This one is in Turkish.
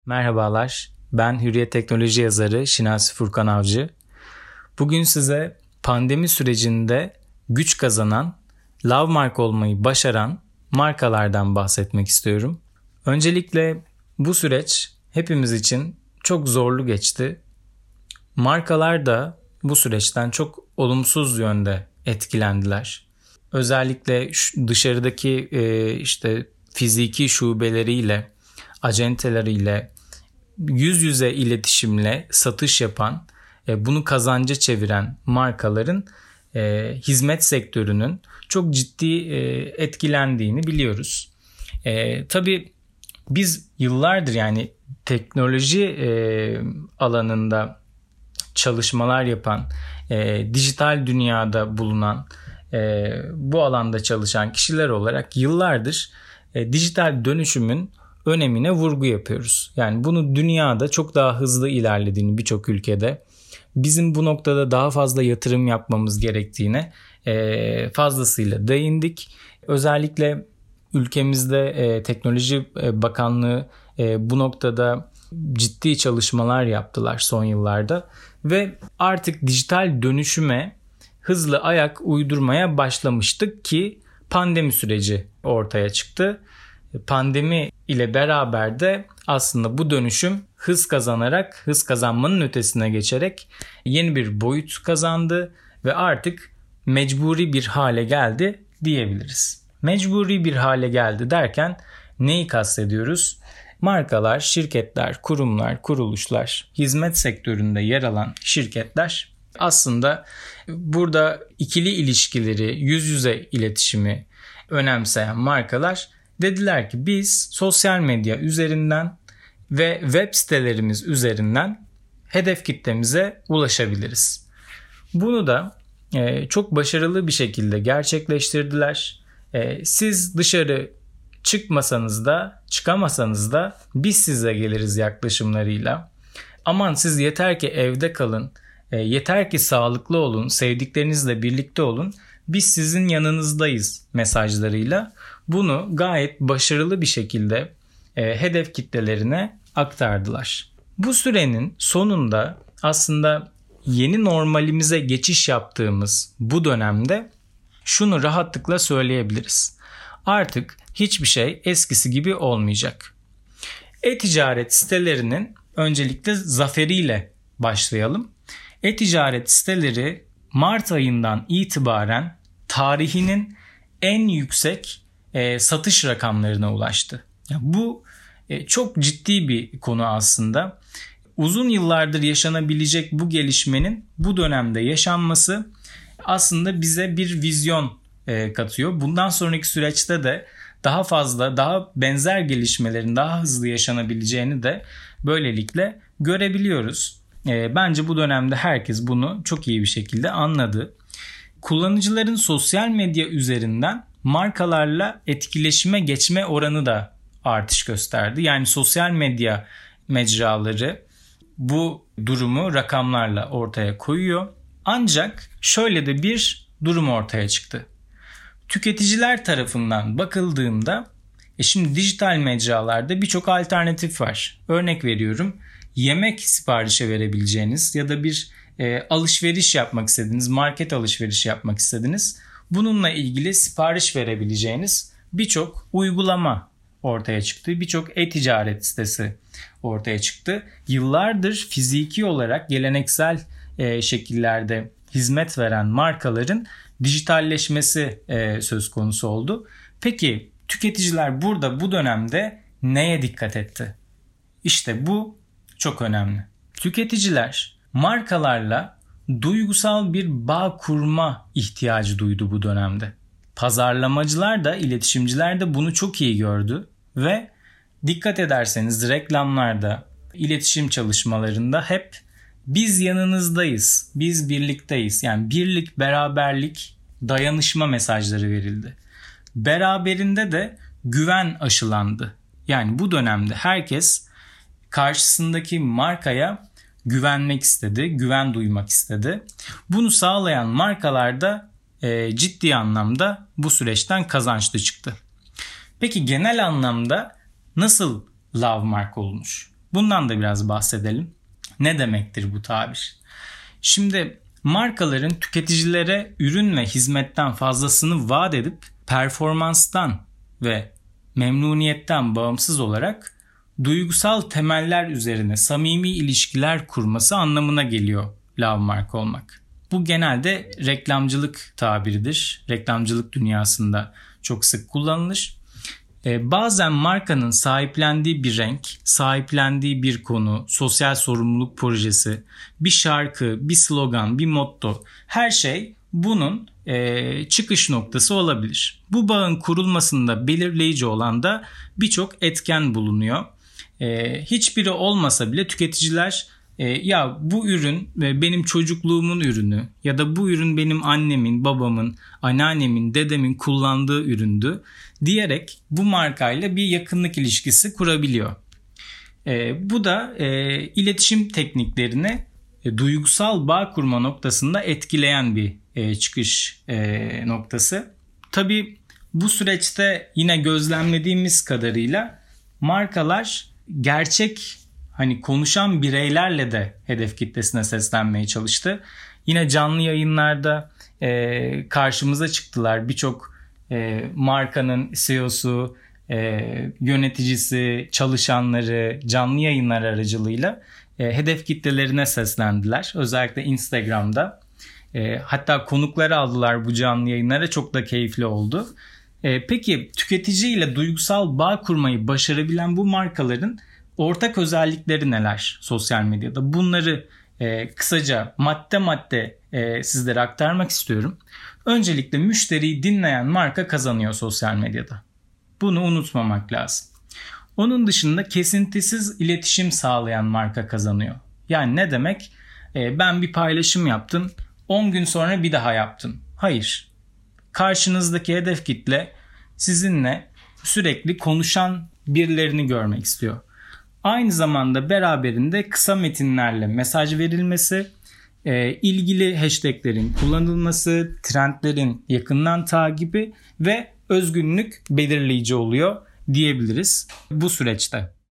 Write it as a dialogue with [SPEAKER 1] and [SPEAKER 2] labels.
[SPEAKER 1] Merhabalar, ben Hürriyet Teknoloji yazarı Şinasi Furkan Avcı. Bugün size pandemi sürecinde güç kazanan, love mark olmayı başaran markalardan bahsetmek istiyorum. Öncelikle bu süreç hepimiz için çok zorlu geçti. Markalar da bu süreçten çok olumsuz yönde etkilendiler. Özellikle dışarıdaki fiziki şubeleriyle, acenteleriyle, yüz yüze iletişimle satış yapan, bunu kazanca çeviren markaların hizmet sektörünün çok ciddi etkilendiğini biliyoruz. Tabii biz yıllardır yani teknoloji alanında çalışmalar yapan, dijital dünyada bulunan, bu alanda çalışan kişiler olarak yıllardır dijital dönüşümün önemine vurgu yapıyoruz. Yani bunu dünyada çok daha hızlı ilerlediğini birçok ülkede, bizim bu noktada daha fazla yatırım yapmamız gerektiğine fazlasıyla değindik. Özellikle ülkemizde Teknoloji Bakanlığı bu noktada ciddi çalışmalar yaptılar son yıllarda ve artık dijital dönüşüme hızlı ayak uydurmaya başlamıştık ki pandemi süreci ortaya çıktı. Pandemi ile beraber de aslında bu dönüşüm hız kazanarak, hız kazanmanın ötesine geçerek yeni bir boyut kazandı ve artık mecburi bir hale geldi diyebiliriz. Mecburi bir hale geldi derken neyi kastediyoruz? Markalar, şirketler, kurumlar, kuruluşlar, hizmet sektöründe yer alan şirketler aslında burada ikili ilişkileri, yüz yüze iletişimi önemseyen markalar dediler ki biz sosyal medya üzerinden ve web sitelerimiz üzerinden hedef kitlemize ulaşabiliriz. Bunu da çok başarılı bir şekilde gerçekleştirdiler. Siz dışarı çıkmasanız da çıkamasanız da biz size geliriz yaklaşımlarıyla. Aman siz yeter ki evde kalın, yeter ki sağlıklı olun, sevdiklerinizle birlikte olun, biz sizin yanınızdayız mesajlarıyla bunu gayet başarılı bir şekilde hedef kitlelerine aktardılar. Bu sürenin sonunda aslında yeni normalimize geçiş yaptığımız bu dönemde şunu rahatlıkla söyleyebiliriz. Artık hiçbir şey eskisi gibi olmayacak. E-ticaret sitelerinin öncelikle zaferiyle başlayalım. E-ticaret siteleri Mart ayından itibaren tarihinin en yüksek satış rakamlarına ulaştı. Bu çok ciddi bir konu aslında. Uzun yıllardır yaşanabilecek bu gelişmenin bu dönemde yaşanması aslında bize bir vizyon katıyor. Bundan sonraki süreçte de daha fazla, daha benzer gelişmelerin daha hızlı yaşanabileceğini de böylelikle görebiliyoruz. Bence bu dönemde herkes bunu çok iyi bir şekilde anladı. Kullanıcıların sosyal medya üzerinden markalarla etkileşime geçme oranı da artış gösterdi. Yani sosyal medya mecraları bu durumu rakamlarla ortaya koyuyor. Ancak şöyle de bir durum ortaya çıktı. Tüketiciler tarafından bakıldığında şimdi dijital mecralarda birçok alternatif var. Örnek veriyorum, yemek siparişi verebileceğiniz ya da bir alışveriş yapmak istediniz, market alışverişi yapmak istediniz. Bununla ilgili sipariş verebileceğiniz birçok uygulama ortaya çıktı. Birçok e-ticaret sitesi ortaya çıktı. Yıllardır fiziki olarak geleneksel şekillerde hizmet veren markaların dijitalleşmesi söz konusu oldu. Peki tüketiciler burada bu dönemde neye dikkat etti? İşte bu çok önemli. Tüketiciler markalarla duygusal bir bağ kurma ihtiyacı duydu bu dönemde. Pazarlamacılar da, iletişimciler de bunu çok iyi gördü ve dikkat ederseniz reklamlarda, iletişim çalışmalarında hep biz yanınızdayız, biz birlikteyiz. Yani birlik, beraberlik, dayanışma mesajları verildi. Beraberinde de güven aşılandı. Yani bu dönemde herkes karşısındaki markaya güvenmek istedi, güven duymak istedi. Bunu sağlayan markalar da ciddi anlamda bu süreçten kazançlı çıktı. Peki genel anlamda nasıl love mark olunur? Bundan da biraz bahsedelim. Ne demektir bu tabir? Şimdi markaların tüketicilere ürün ve hizmetten fazlasını vaat edip performanstan ve memnuniyetten bağımsız olarak duygusal temeller üzerine samimi ilişkiler kurması anlamına geliyor love marka olmak. Bu genelde reklamcılık tabiridir. Reklamcılık dünyasında çok sık kullanılır. Bazen markanın sahiplendiği bir renk, sahiplendiği bir konu, sosyal sorumluluk projesi, bir şarkı, bir slogan, bir motto, her şey bunun çıkış noktası olabilir. Bu bağın kurulmasında belirleyici olan da birçok etken bulunuyor. Hiçbiri olmasa bile tüketiciler ya bu ürün benim çocukluğumun ürünü ya da bu ürün benim annemin, babamın, anneannemin, dedemin kullandığı üründü diyerek bu markayla bir yakınlık ilişkisi kurabiliyor. Bu da iletişim tekniklerini duygusal bağ kurma noktasında etkileyen bir çıkış noktası. Tabii bu süreçte yine gözlemlediğimiz kadarıyla markalar gerçek konuşan bireylerle de hedef kitlesine seslenmeye çalıştı. Yine canlı yayınlarda karşımıza çıktılar. Birçok markanın CEO'su, yöneticisi, çalışanları canlı yayınlar aracılığıyla hedef kitlelerine seslendiler. Özellikle Instagram'da. Hatta konukları aldılar bu canlı yayınlara. Çok da keyifli oldu. Peki tüketiciyle duygusal bağ kurmayı başarabilen bu markaların ortak özellikleri neler sosyal medyada? Bunları kısaca madde madde sizlere aktarmak istiyorum. Öncelikle müşteriyi dinleyen marka kazanıyor sosyal medyada. Bunu unutmamak lazım. Onun dışında kesintisiz iletişim sağlayan marka kazanıyor. Yani ne demek? Ben bir paylaşım yaptım, 10 gün sonra bir daha yaptım. Hayır. Karşınızdaki hedef kitle sizinle sürekli konuşan birilerini görmek istiyor. Aynı zamanda beraberinde kısa metinlerle mesaj verilmesi, ilgili hashtaglerin kullanılması, trendlerin yakından takibi ve özgünlük belirleyici oluyor diyebiliriz bu süreçte.